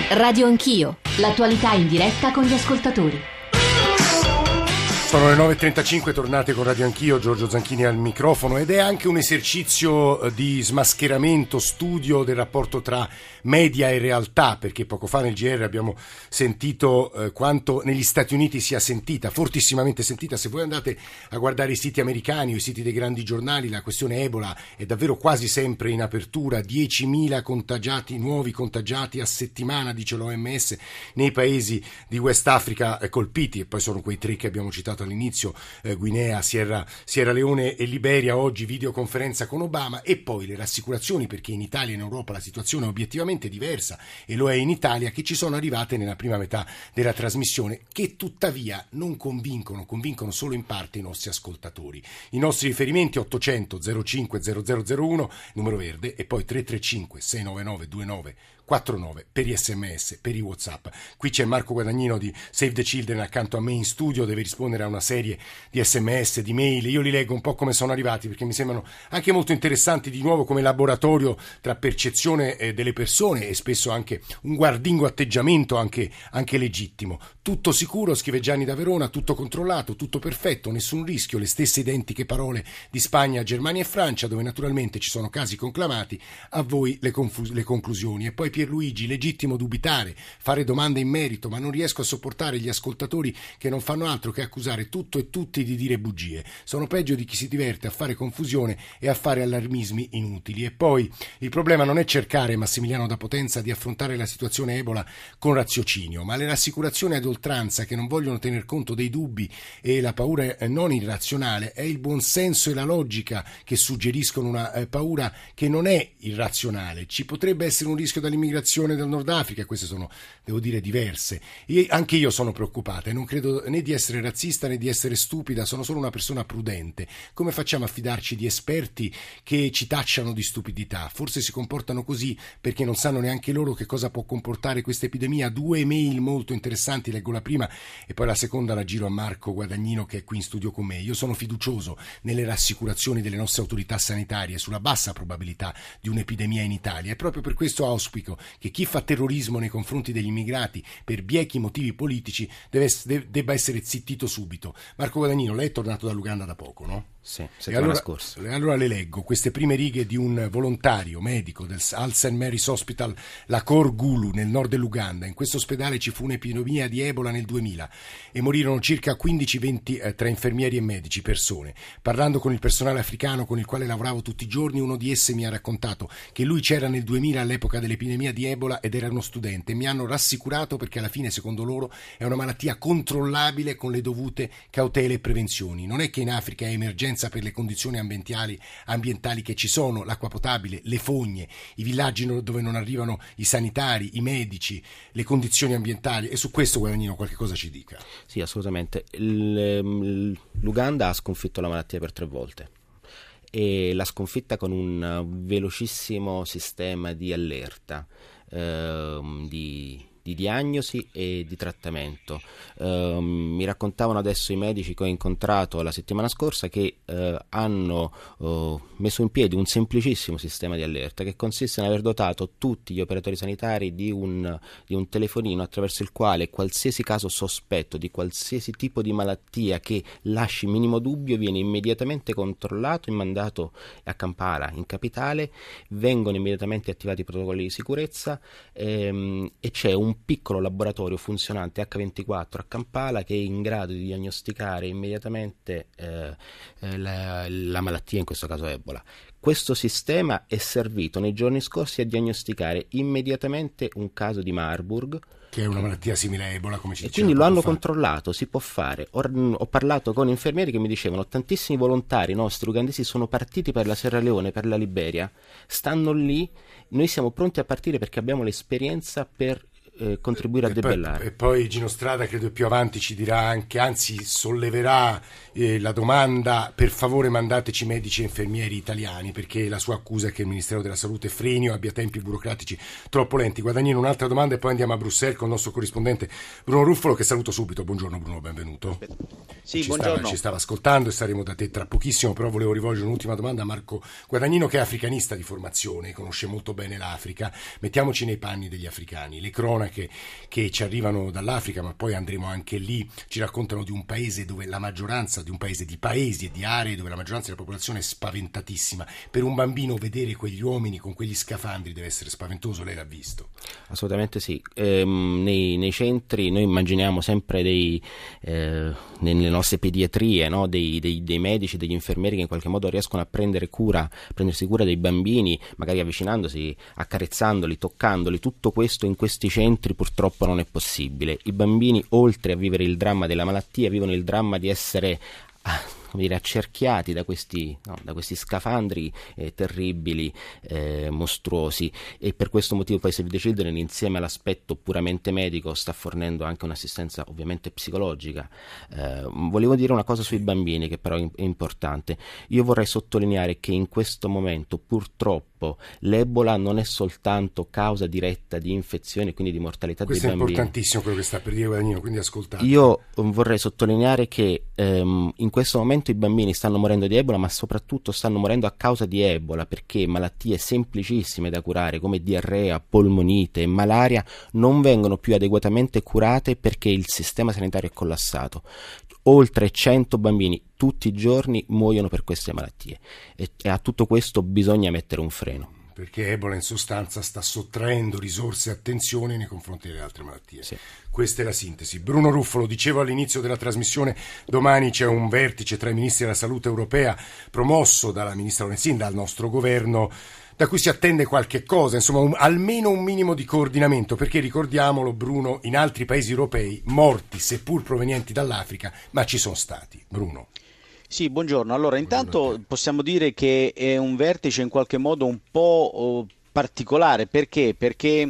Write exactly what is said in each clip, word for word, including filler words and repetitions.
Radio Anch'io, l'attualità in diretta con gli ascoltatori. Sono le nove e trentacinque, tornate con Radio Anch'io, Giorgio Zanchini al microfono, ed è anche un esercizio di smascheramento, studio del rapporto tra media e realtà, perché poco fa nel G R abbiamo sentito eh, quanto negli Stati Uniti sia sentita, fortissimamente sentita. Se voi andate a guardare i siti americani o i siti dei grandi giornali, la questione Ebola è davvero quasi sempre in apertura. diecimila contagiati, nuovi contagiati a settimana, dice l'O M S, nei paesi di West Africa eh, colpiti, e poi sono quei tre che abbiamo citato all'inizio, eh, Guinea, Sierra, Sierra Leone e Liberia. Oggi videoconferenza con Obama, e poi le rassicurazioni, perché in Italia e in Europa la situazione è obiettivamente diversa, e lo è in Italia, che ci sono arrivate nella prima metà della trasmissione, che tuttavia non convincono, convincono solo in parte i nostri ascoltatori. I nostri riferimenti: ottocento zero cinque zero zero zero uno, numero verde, e poi tre tre cinque sei nove nove due nove quattro nove per i sms, per i WhatsApp. Qui c'è Marco Guadagnino di Save the Children accanto a me in studio, deve rispondere a una serie di sms, di mail. Io li leggo un po' come sono arrivati, perché mi sembrano anche molto interessanti, di nuovo come laboratorio tra percezione eh, delle persone, e spesso anche un guardingo atteggiamento anche, anche legittimo. Tutto sicuro, scrive Gianni da Verona, tutto controllato, tutto perfetto, nessun rischio, le stesse identiche parole di Spagna, Germania e Francia, dove naturalmente ci sono casi conclamati. A voi le, confus- le conclusioni. E poi Pierluigi: legittimo dubitare, fare domande in merito, ma non riesco a sopportare gli ascoltatori che non fanno altro che accusare tutto e tutti di dire bugie. Sono peggio di chi si diverte a fare confusione e a fare allarmismi inutili. E poi il problema non è cercare, Massimiliano da Potenza, di affrontare la situazione Ebola con raziocinio, ma le rassicurazioni ad oltranza che non vogliono tener conto dei dubbi e la paura non irrazionale. È il buonsenso e la logica che suggeriscono una eh, paura che non è irrazionale. Ci potrebbe essere un rischio dall'immigrazione dal Nord Africa, queste sono, devo dire, diverse. E anche io sono preoccupata e non credo né di essere razzista né di essere stupida, sono solo una persona prudente. Come facciamo a fidarci di esperti che ci tacciano di stupidità? Forse si comportano così perché non sanno neanche loro che cosa può comportare questa epidemia. Due email molto interessanti, leggo la prima e poi la seconda la giro a Marco Guadagnino, che è qui in studio con me. Io sono fiducioso nelle rassicurazioni delle nostre autorità sanitarie sulla bassa probabilità di un'epidemia in Italia, e proprio per questo auspico che chi fa terrorismo nei confronti degli immigrati per biechi motivi politici deve, debba essere zittito subito. Marco Guadagnino, lei è tornato dall'Uganda da poco, no? Sì, settimana e allora, scorsa. E allora le leggo queste prime righe di un volontario medico del Al Saint Mary's Hospital, la Cor Gulu, nel nord dell'Uganda. In questo ospedale ci fu un'epidemia di Ebola nel duemila e morirono circa quindici venti eh, tra infermieri e medici, persone. Parlando con il personale africano con il quale lavoravo tutti i giorni, uno di essi mi ha raccontato che lui c'era nel duemila all'epoca dell'epidemia di Ebola ed era uno studente. Mi hanno rassicurato perché alla fine, secondo loro, è una malattia controllabile con le dovute cautele e prevenzioni. Non è che in Africa è emergenza per le condizioni ambientali, ambientali che ci sono, l'acqua potabile, le fogne, i villaggi dove non arrivano i sanitari, i medici, le condizioni ambientali. E su questo, Guadagnino, qualche cosa ci dica. Sì, assolutamente. Il, L'Uganda ha sconfitto la malattia per tre volte e l'ha sconfitta con un velocissimo sistema di allerta, ehm, di di diagnosi e di trattamento. Uh, mi raccontavano adesso i medici che ho incontrato la settimana scorsa che uh, hanno uh, messo in piedi un semplicissimo sistema di allerta che consiste in aver dotato tutti gli operatori sanitari di un, di un telefonino attraverso il quale qualsiasi caso sospetto di qualsiasi tipo di malattia che lasci minimo dubbio viene immediatamente controllato e mandato a Kampala, in capitale. Vengono immediatamente attivati i protocolli di sicurezza ehm, e c'è un piccolo laboratorio funzionante acca ventiquattro a Kampala che è in grado di diagnosticare immediatamente eh, eh, la, la malattia, in questo caso Ebola. Questo sistema è servito nei giorni scorsi a diagnosticare immediatamente un caso di Marburg, che è una malattia simile a Ebola, come ci e diceva. quindi lo hanno fa. controllato, si può fare. Or, ho parlato con infermieri che mi dicevano: tantissimi volontari nostri ugandesi sono partiti per la Sierra Leone, per la Liberia, stanno lì, noi siamo pronti a partire perché abbiamo l'esperienza per Eh, contribuire a debellare. E poi, e poi Gino Strada credo più avanti ci dirà anche, anzi solleverà eh, la domanda: per favore mandateci medici e infermieri italiani, perché la sua accusa è che il Ministero della Salute freni o abbia tempi burocratici troppo lenti. Guadagnino, un'altra domanda e poi andiamo a Bruxelles con il nostro corrispondente Bruno Ruffolo, che saluto subito. Buongiorno Bruno, benvenuto. Sì, ci, buongiorno. stava, ci stava ascoltando e saremo da te tra pochissimo, però volevo rivolgere un'ultima domanda a Marco Guadagnino, che è africanista di formazione, conosce molto bene l'Africa. Mettiamoci nei panni degli africani. Le cronache cronache che ci arrivano dall'Africa, ma poi andremo anche lì, ci raccontano di un paese dove la maggioranza, di un paese di paesi e di aree dove la maggioranza della popolazione è spaventatissima. Per un bambino vedere quegli uomini con quegli scafandri deve essere spaventoso, lei l'ha visto? Assolutamente sì. Ehm, nei, nei centri noi immaginiamo sempre dei, eh, nelle nostre pediatrie, no? dei, dei, dei medici, degli infermieri che in qualche modo riescono a prendere cura, prendersi cura dei bambini, magari avvicinandosi, accarezzandoli, toccandoli. Tutto questo in questi centri purtroppo non è possibile. I bambini, oltre a vivere il dramma della malattia, vivono il dramma di essere come dire, accerchiati da questi, no, da questi scafandri eh, terribili, eh, mostruosi, e per questo motivo poi Save the Children, insieme all'aspetto puramente medico, sta fornendo anche un'assistenza ovviamente psicologica. Eh, volevo dire una cosa sui bambini che però è importante. Io vorrei sottolineare che in questo momento purtroppo l'Ebola non è soltanto causa diretta di infezione e quindi di mortalità Questo dei bambini. Questo è importantissimo quello che sta per dire Guadagnino, quindi ascoltate. Io vorrei sottolineare che ehm, in questo momento i bambini stanno morendo di Ebola, ma soprattutto stanno morendo a causa di Ebola, perché malattie semplicissime da curare come diarrea, polmonite e malaria non vengono più adeguatamente curate perché il sistema sanitario è collassato. Oltre cento bambini tutti i giorni muoiono per queste malattie e, e a tutto questo bisogna mettere un freno. Perché Ebola in sostanza sta sottraendo risorse e attenzione nei confronti delle altre malattie. Sì. Questa è la sintesi. Bruno Ruffo, lo dicevo all'inizio della trasmissione, domani c'è un vertice tra i ministri della salute europea promosso dalla ministra Lorenzin, dal nostro governo, da cui si attende qualche cosa, insomma un, almeno un minimo di coordinamento, perché ricordiamolo Bruno, in altri paesi europei morti, seppur provenienti dall'Africa, ma ci sono stati. Bruno. Sì, buongiorno. Allora, intanto possiamo dire che è un vertice in qualche modo un po' particolare. Perché? Perché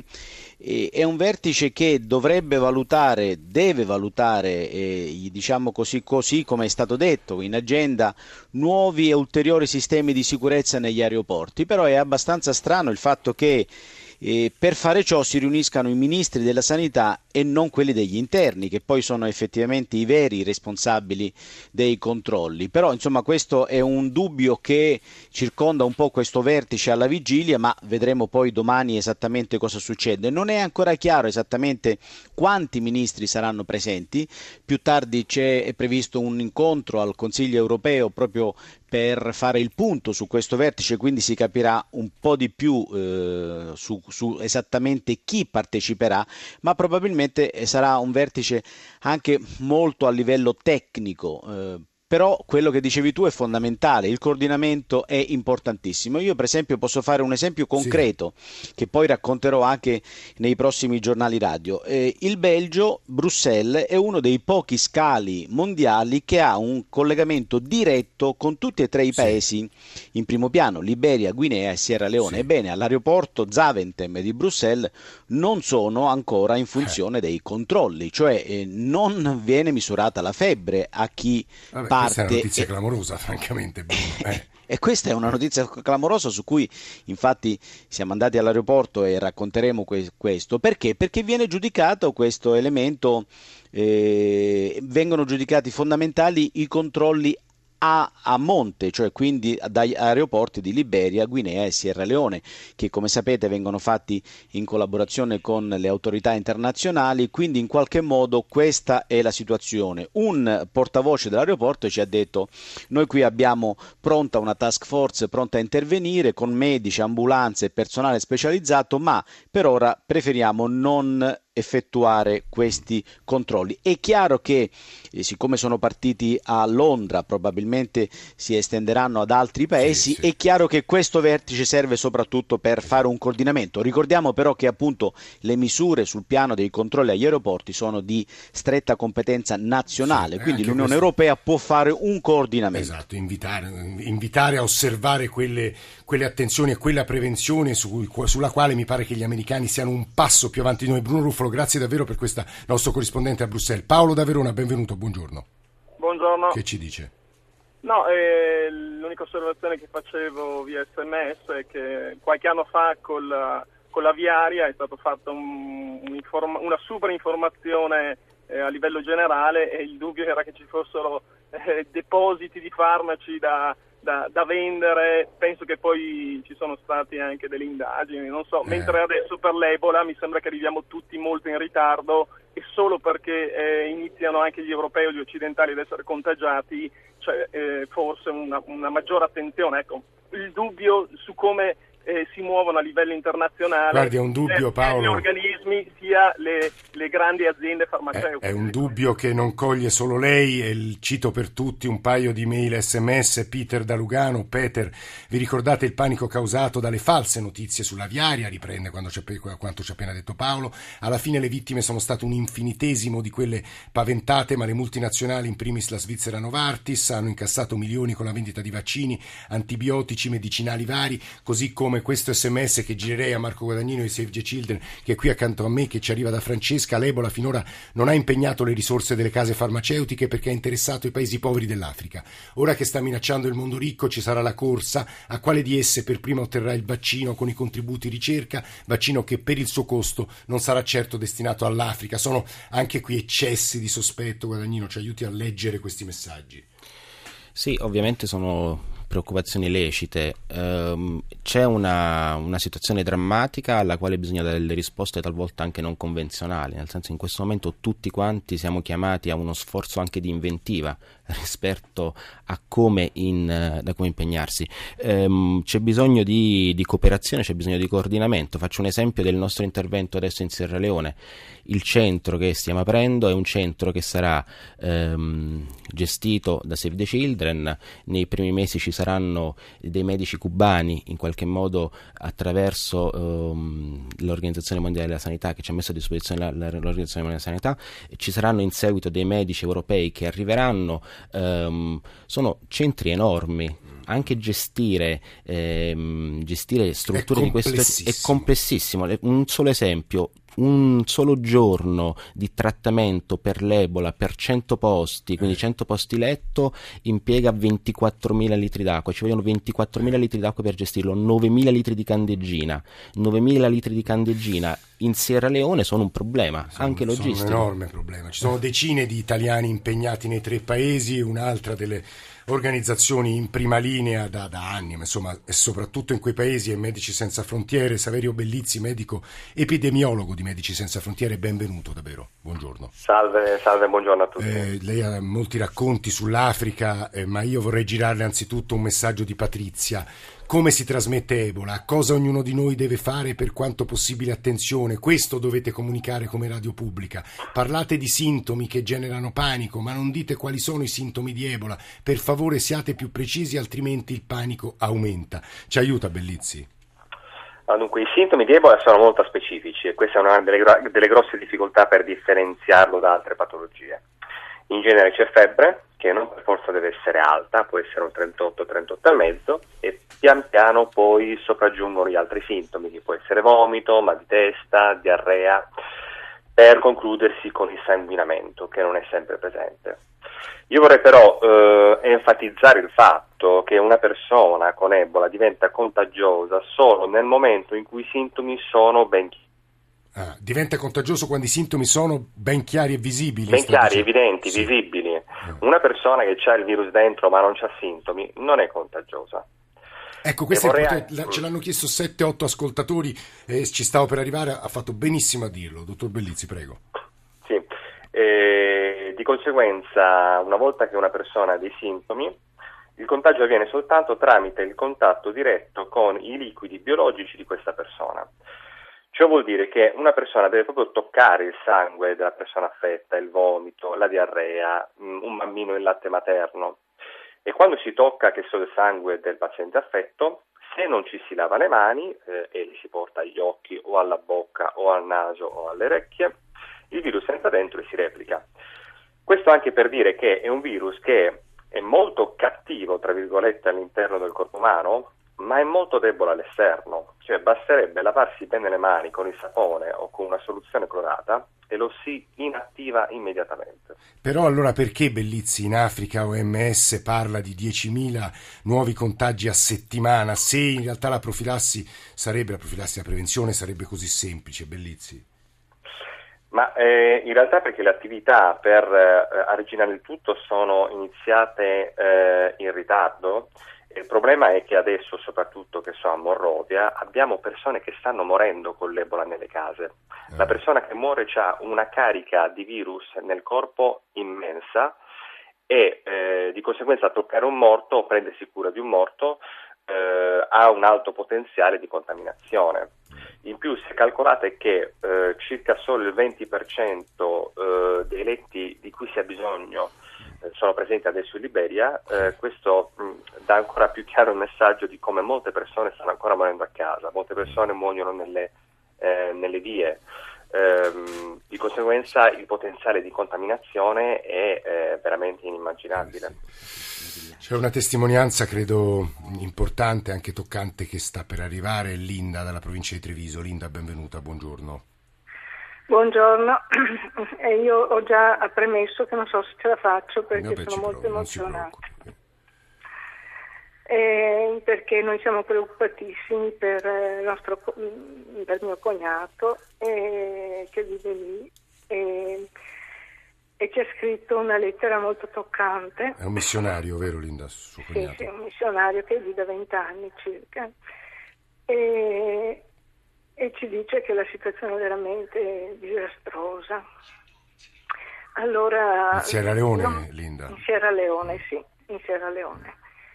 è un vertice che dovrebbe valutare, deve valutare, eh, diciamo così, così come è stato detto in agenda, nuovi e ulteriori sistemi di sicurezza negli aeroporti. Però è abbastanza strano il fatto che E per fare ciò si riuniscano i ministri della sanità e non quelli degli interni, che poi sono effettivamente i veri responsabili dei controlli. Però insomma questo è un dubbio che circonda un po' questo vertice alla vigilia, ma vedremo poi domani esattamente cosa succede. Non è ancora chiaro esattamente quanti ministri saranno presenti. Più tardi c'è è previsto un incontro al Consiglio europeo proprio per fare il punto su questo vertice, quindi si capirà un po' di più eh, su, su esattamente chi parteciperà, ma probabilmente sarà un vertice anche molto a livello tecnico. Eh, Però quello che dicevi tu è fondamentale, il coordinamento è importantissimo. Io per esempio posso fare un esempio concreto, sì, che poi racconterò anche nei prossimi giornali radio. Eh, il Belgio, Bruxelles, è uno dei pochi scali mondiali che ha un collegamento diretto con tutti e tre i paesi, sì, in primo piano, Liberia, Guinea e Sierra Leone. Sì. Ebbene, all'aeroporto Zaventem di Bruxelles non sono ancora in funzione eh. dei controlli, cioè eh, non viene misurata la febbre a chi Vabbè, parte. Questa è una notizia e... clamorosa, francamente. Eh. E questa è una notizia clamorosa su cui infatti siamo andati all'aeroporto e racconteremo que- questo. Perché? Perché viene giudicato questo elemento, eh, vengono giudicati fondamentali i controlli A, a monte, cioè quindi dagli aeroporti di Liberia, Guinea e Sierra Leone, che come sapete vengono fatti in collaborazione con le autorità internazionali. Quindi in qualche modo questa è la situazione. Un portavoce dell'aeroporto ci ha detto: noi qui abbiamo pronta una task force pronta a intervenire con medici, ambulanze e personale specializzato, ma per ora preferiamo non effettuare questi controlli. È chiaro che eh, siccome sono partiti a Londra probabilmente si estenderanno ad altri paesi, sì, sì. È chiaro che questo vertice serve soprattutto per fare un coordinamento. Ricordiamo però che appunto le misure sul piano dei controlli agli aeroporti sono di stretta competenza nazionale, sì, quindi l'Unione questo... Europea può fare un coordinamento. Esatto, invitare, invitare a osservare quelle, quelle attenzioni e quella prevenzione su cui, sulla quale mi pare che gli americani siano un passo più avanti di noi. Bruno Ruffolo, grazie davvero per questa, nostro corrispondente a Bruxelles. Paolo da Verona, benvenuto, buongiorno. Buongiorno. Che ci dice? No, eh, l'unica osservazione che facevo via sms è che qualche anno fa col, con la Viaria è stata fatta un, un informa, una super informazione eh, a livello generale, e il dubbio era che ci fossero eh, depositi di farmaci da da, da vendere. Penso che poi ci sono stati anche delle indagini, non so, eh. mentre adesso per l'Ebola mi sembra che arriviamo tutti molto in ritardo, e solo perché eh, iniziano anche gli europei o gli occidentali ad essere contagiati, cioè eh, forse una, una maggiore attenzione. Ecco, il dubbio su come Eh, si muovono a livello internazionale. Guardi, è un dubbio, sia Paolo, gli organismi sia le, le grandi aziende farmaceutiche. È, è un dubbio che non coglie solo lei, e il cito per tutti un paio di mail sms. Peter da Lugano: Peter, vi ricordate il panico causato dalle false notizie sull'aviaria? Riprende quando c'è, quanto ci ha appena detto Paolo. Alla fine le vittime sono state un infinitesimo di quelle paventate, ma le multinazionali, in primis la Svizzera Novartis, hanno incassato milioni con la vendita di vaccini, antibiotici, medicinali vari, così come questo sms che girerei a Marco Guadagnino di Save the Children, che è qui accanto a me, che ci arriva da Francesca. L'Ebola finora non ha impegnato le risorse delle case farmaceutiche perché ha interessato i paesi poveri dell'Africa. Ora che sta minacciando il mondo ricco, ci sarà la corsa a quale di esse per prima otterrà il vaccino con i contributi ricerca, vaccino che per il suo costo non sarà certo destinato all'Africa. Sono anche qui eccessi di sospetto. Guadagnino, ci aiuti a leggere questi messaggi. Sì, ovviamente sono preoccupazioni lecite. Um, c'è una, una situazione drammatica alla quale bisogna dare delle risposte talvolta anche non convenzionali, nel senso, in questo momento tutti quanti siamo chiamati a uno sforzo anche di inventiva rispetto a come, in, da come impegnarsi. Um, c'è bisogno di, di cooperazione, c'è bisogno di coordinamento. Faccio un esempio del nostro intervento adesso in Sierra Leone. Il centro che stiamo aprendo è un centro che sarà um, gestito da Save the Children. Nei primi mesi ci saranno dei medici cubani, in qualche modo attraverso um, l'Organizzazione Mondiale della Sanità, che ci ha messo a disposizione la, la, l'Organizzazione Mondiale della Sanità, e ci saranno in seguito dei medici europei che arriveranno. Um, sono centri enormi. Anche gestire, ehm, gestire strutture di questo è complessissimo. Un solo esempio: un solo giorno di trattamento per l'Ebola per cento posti, quindi cento posti letto, impiega ventiquattromila litri d'acqua. Ci vogliono ventiquattromila litri d'acqua per gestirlo, novemila litri di candeggina. novemila litri di candeggina in Sierra Leone sono un problema, sono, anche logistico. Sono un enorme problema. Ci sono decine di italiani impegnati nei tre paesi, un'altra delle organizzazioni in prima linea da, da anni, ma insomma, e soprattutto in quei paesi, è Medici Senza Frontiere. Saverio Bellizzi, medico epidemiologo di Medici Senza Frontiere, benvenuto davvero, buongiorno. Salve, salve, buongiorno a tutti. Eh, lei ha molti racconti sull'Africa, eh, ma io vorrei girarle anzitutto un messaggio di Patrizia. Come si trasmette Ebola? Cosa ognuno di noi deve fare? Per quanto possibile attenzione, questo dovete comunicare come radio pubblica. Parlate di sintomi che generano panico, ma non dite quali sono i sintomi di Ebola. Per favore siate più precisi, altrimenti il panico aumenta. Ci aiuta Bellizzi? Ah, dunque, i sintomi di Ebola sono molto specifici e questa è una delle, delle grosse difficoltà per differenziarlo da altre patologie. In genere c'è febbre, che non per forza deve essere alta, può essere un trentotto trentotto e mezzo, e pian piano poi sopraggiungono gli altri sintomi, che può essere vomito, mal di testa, diarrea, per concludersi con il sanguinamento, che non è sempre presente. Io vorrei però eh, enfatizzare il fatto che una persona con Ebola diventa contagiosa solo nel momento in cui i sintomi sono ben chiari. Ah, diventa contagioso quando i sintomi sono ben chiari e visibili. Ben chiari, evidenti, sì. visibili. Una persona che ha il virus dentro ma non ha sintomi non è contagiosa. Ecco, questo vorrei... è importante, ce l'hanno chiesto sette otto ascoltatori e ci stavo per arrivare, ha fatto benissimo a dirlo. Dottor Bellizzi, prego. Sì, e di conseguenza, una volta che una persona ha dei sintomi, il contagio avviene soltanto tramite il contatto diretto con i liquidi biologici di questa persona. Ciò vuol dire che una persona deve proprio toccare il sangue della persona affetta, il vomito, la diarrea, un bambino in latte materno. E quando si tocca che so il sangue del paziente affetto, se non ci si lava le mani eh, e li si porta agli occhi o alla bocca o al naso o alle orecchie, il virus entra dentro e si replica. Questo anche per dire che è un virus che è molto cattivo, tra virgolette, all'interno del corpo umano, ma è molto debole all'esterno, cioè basterebbe lavarsi bene le mani con il sapone o con una soluzione clorata e lo si inattiva immediatamente. Però allora perché Bellizzi in Africa O M S parla di diecimila nuovi contagi a settimana, se in realtà la profilassi sarebbe, la profilassi, la prevenzione sarebbe così semplice, Bellizzi? Ma eh, in realtà perché le attività per eh, arginare il tutto sono iniziate eh, in ritardo. Il problema è che adesso, soprattutto che so a Monrovia, abbiamo persone che stanno morendo con l'Ebola nelle case. La persona che muore ha una carica di virus nel corpo immensa e eh, di conseguenza toccare un morto o prendersi cura di un morto eh, ha un alto potenziale di contaminazione. In più, se calcolate che eh, circa solo il venti per cento eh, dei letti di cui si ha bisogno sono presenti adesso in Liberia, eh, questo mh, dà ancora più chiaro il messaggio di come molte persone stanno ancora morendo a casa, molte persone muoiono nelle, eh, nelle vie, ehm, di conseguenza il potenziale di contaminazione è eh, veramente inimmaginabile. C'è una testimonianza credo importante, anche toccante, che sta per arrivare, Linda dalla provincia di Treviso. Linda, benvenuta, buongiorno. Buongiorno, e io ho già premesso che non so se ce la faccio perché Vabbè, sono molto provo, emozionata, eh, perché noi siamo preoccupatissimi per, il nostro, per mio cognato eh, che vive lì e, e ci ha scritto una lettera molto toccante. È un missionario, vero Linda, suo cognato? Sì, sì, un missionario che è lì da vent'anni circa. E, e ci dice che la situazione è veramente disastrosa. Allora, in Sierra Leone, no, Linda? In Sierra Leone, sì, in Sierra Leone.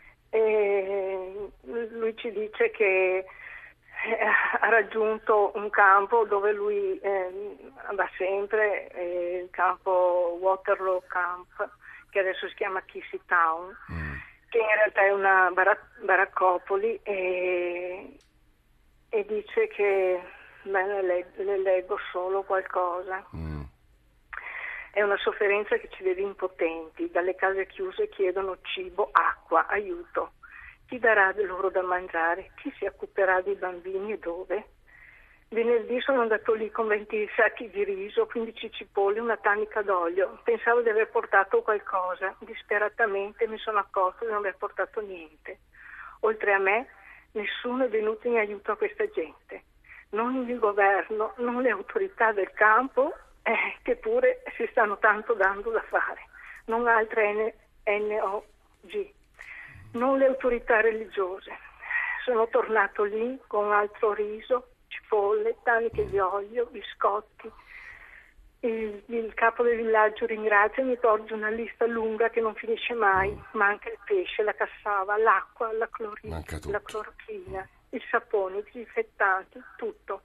E lui ci dice che ha raggiunto un campo dove lui eh, va sempre, eh, il campo Waterloo Camp, che adesso si chiama Kissy Town, mm. che in realtà è una barac- baraccopoli, e e dice che, bene, le, le leggo solo qualcosa. Mm. È una sofferenza che ci vede impotenti, dalle case chiuse chiedono cibo, acqua, aiuto. Chi darà loro da mangiare? Chi si occuperà dei bambini e dove? Venerdì sono andato lì con venti sacchi di riso, quindici cipolle, una tanica d'olio. Pensavo di aver portato qualcosa, disperatamente mi sono accorto di non aver portato niente. Oltre a me, nessuno è venuto in aiuto a questa gente, non il governo, non le autorità del campo, eh, che pure si stanno tanto dando da fare, non altre N O G, non le autorità religiose. Sono tornato lì con altro riso, cipolle, taniche di olio, biscotti. Il, il capo del villaggio ringrazia e mi porge una lista lunga che non finisce mai. Manca il pesce, la cassava, l'acqua, la, clori- la clorochina, il sapone, i disinfettanti, tutto.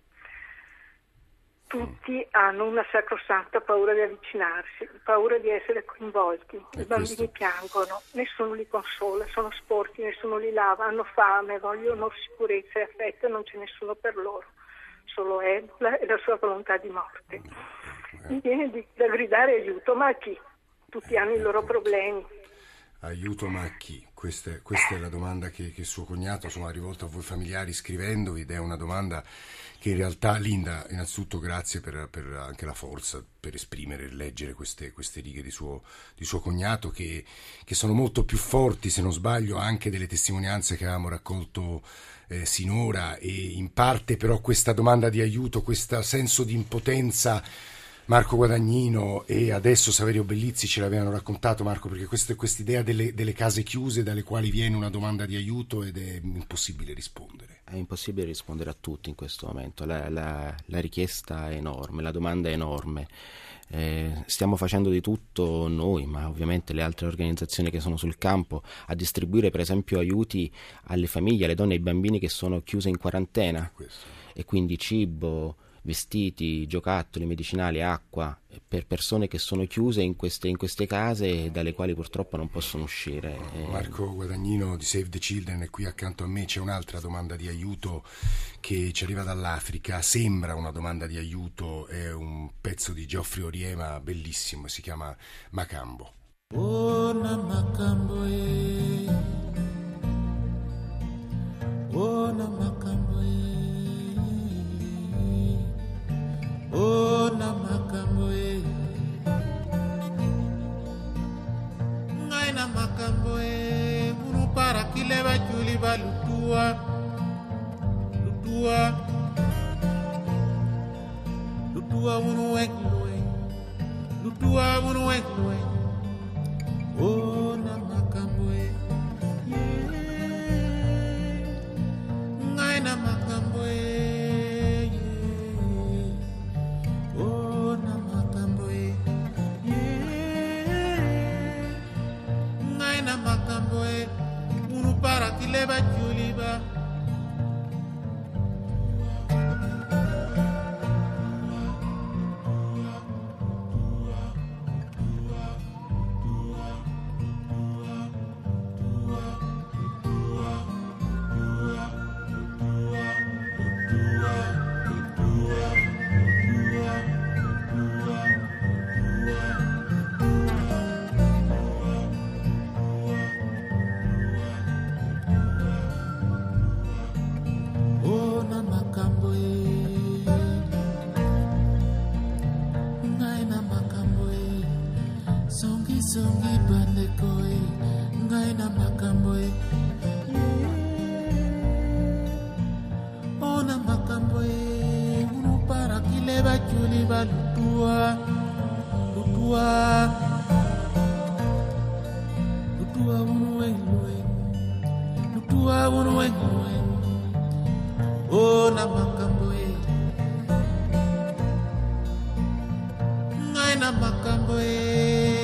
Tutti mm. hanno una sacrosanta paura di avvicinarsi, paura di essere coinvolti. I bambini questo... piangono, nessuno li consola, sono sporchi, nessuno li lava, hanno fame, vogliono sicurezza e affetto e non c'è nessuno per loro. Solo Ebola e la sua volontà di morte. Mi viene di, da gridare aiuto, ma a chi? Tutti hanno i loro problemi. Aiuto, ma a chi? Questa è, questa è la domanda che, che suo cognato insomma, ha rivolto a voi familiari scrivendovi, ed è una domanda che in realtà, Linda, innanzitutto grazie per, per anche la forza per esprimere e leggere queste, queste righe di suo, di suo cognato che, che sono molto più forti, se non sbaglio, anche delle testimonianze che avevamo raccolto eh, sinora, e in parte però questa domanda di aiuto, questo senso di impotenza, Marco Guadagnino e adesso Saverio Bellizzi ce l'avevano raccontato, Marco, perché questa è quest'idea delle, delle case chiuse dalle quali viene una domanda di aiuto ed è impossibile rispondere. È impossibile rispondere a tutti in questo momento, la, la, la richiesta è enorme, la domanda è enorme. Eh, stiamo facendo di tutto noi, ma ovviamente le altre organizzazioni che sono sul campo, a distribuire per esempio aiuti alle famiglie, alle donne e ai bambini che sono chiuse in quarantena, questo. E quindi cibo, vestiti, giocattoli, medicinali, acqua per persone che sono chiuse in queste, in queste case dalle quali purtroppo non possono uscire. Marco Guadagnino di Save the Children è qui accanto a me. C'è un'altra domanda di aiuto che ci arriva dall'Africa, sembra una domanda di aiuto, è un pezzo di Geoffrey Oriema bellissimo, si chiama Macambo. Oh, na Macambo, eh. Oh, na Macambo, eh. Oh, na Macambo, eh. Ngai na Macambo, eh. Unu para kileba juli ba lutua, lutua, lutua unu wek lue, lutua unu wek lue. Oh, na Macambo, eh. Yeah. songi bandeko e ngai na makambo e ona makambo e unu para kile bachuli balutua lutua lutua unu wengue lutua unu wengue ona makambo e ngai na makambo e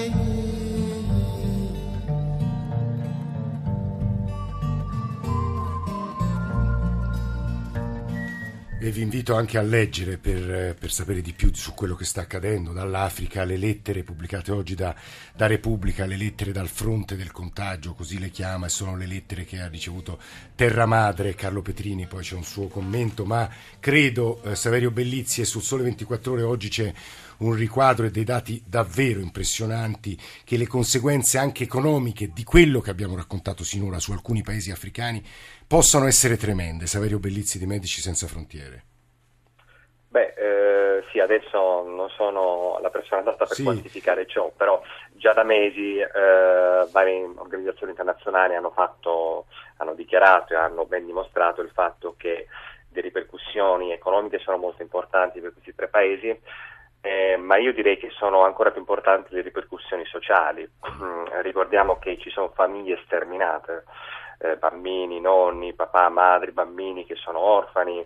E vi invito anche a leggere per, per sapere di più su quello che sta accadendo dall'Africa, le lettere pubblicate oggi da, da Repubblica, le lettere dal fronte del contagio, così le chiama, e sono le lettere che ha ricevuto Terra Madre. Carlo Petrini, poi c'è un suo commento, ma credo, eh, Saverio Bellizzi, e sul Sole ventiquattro Ore oggi c'è un riquadro e dei dati davvero impressionanti, che le conseguenze anche economiche di quello che abbiamo raccontato sinora su alcuni paesi africani possano essere tremende. Saverio Bellizzi di Medici Senza Frontiere. Beh, eh, sì, adesso non sono la persona adatta per sì. quantificare ciò, però già da mesi eh, varie organizzazioni internazionali hanno fatto, hanno dichiarato e hanno ben dimostrato il fatto che le ripercussioni economiche sono molto importanti per questi tre paesi. Eh, ma io direi che sono ancora più importanti le ripercussioni sociali. Ricordiamo che ci sono famiglie sterminate, eh, bambini, nonni, papà, madri, bambini che sono orfani,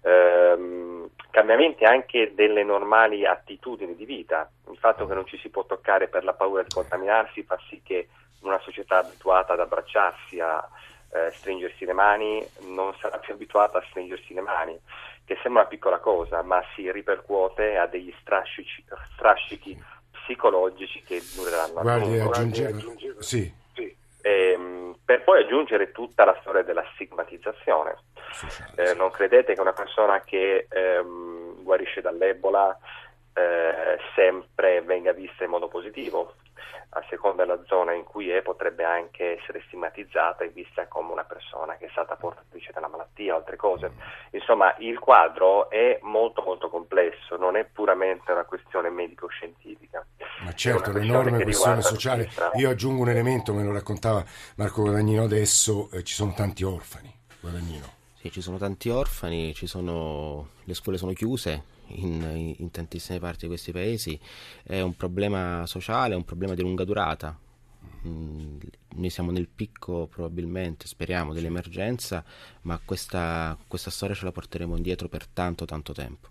ehm, cambiamenti anche delle normali attitudini di vita. Il fatto che non ci si può toccare per la paura di contaminarsi fa sì che in una società abituata ad abbracciarsi, a eh, stringersi le mani, non sarà più abituata a stringersi le mani, che sembra una piccola cosa, ma si ripercuote a degli strascici, strascichi psicologici che dureranno a lungo. Aggiunge... Sì. Sì. E, per poi aggiungere tutta la storia della stigmatizzazione. Eh, non credete che una persona che ehm, guarisce dall'Ebola eh, sempre venga vista in modo positivo. A seconda della zona in cui è, potrebbe anche essere stigmatizzata e vista come una persona che è stata portatrice della malattia o altre cose. Insomma, il quadro è molto molto complesso, non è puramente una questione medico-scientifica. Ma certo, è un'enorme questione sociale. Io aggiungo un elemento, me lo raccontava Marco Guadagnino adesso, eh, ci sono tanti orfani. Guadagnino. Sì, ci sono tanti orfani, ci sono, le scuole sono chiuse in, in tantissime parti di questi paesi, è un problema sociale, è un problema di lunga durata. Mm, noi siamo nel picco, probabilmente, speriamo, dell'emergenza, ma questa, questa storia ce la porteremo indietro per tanto tanto tempo.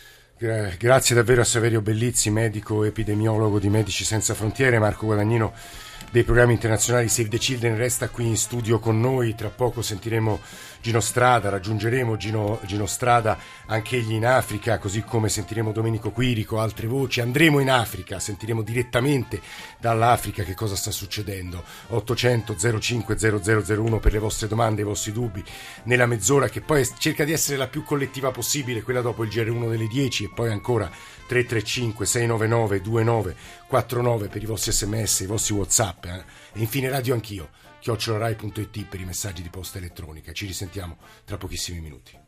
Grazie davvero a Saverio Bellizzi, medico epidemiologo di Medici Senza Frontiere. Marco Guadagnino dei programmi internazionali Save the Children resta qui in studio con noi. Tra poco sentiremo Gino Strada, raggiungeremo Gino, Gino Strada anche egli in Africa, così come sentiremo Domenico Quirico, altre voci. Andremo in Africa, sentiremo direttamente dall'Africa che cosa sta succedendo. ottocento zero cinque zero zero zero uno per le vostre domande, i vostri dubbi, nella mezz'ora che poi cerca di essere la più collettiva possibile, quella dopo il G R uno delle dieci, e poi ancora tre tre cinque sei nove nove due nove quattro nove per i vostri sms, i vostri WhatsApp, eh? E infine Radio Anch'io chiocciola rai punto it per i messaggi di posta elettronica. Ci risentiamo tra pochissimi minuti.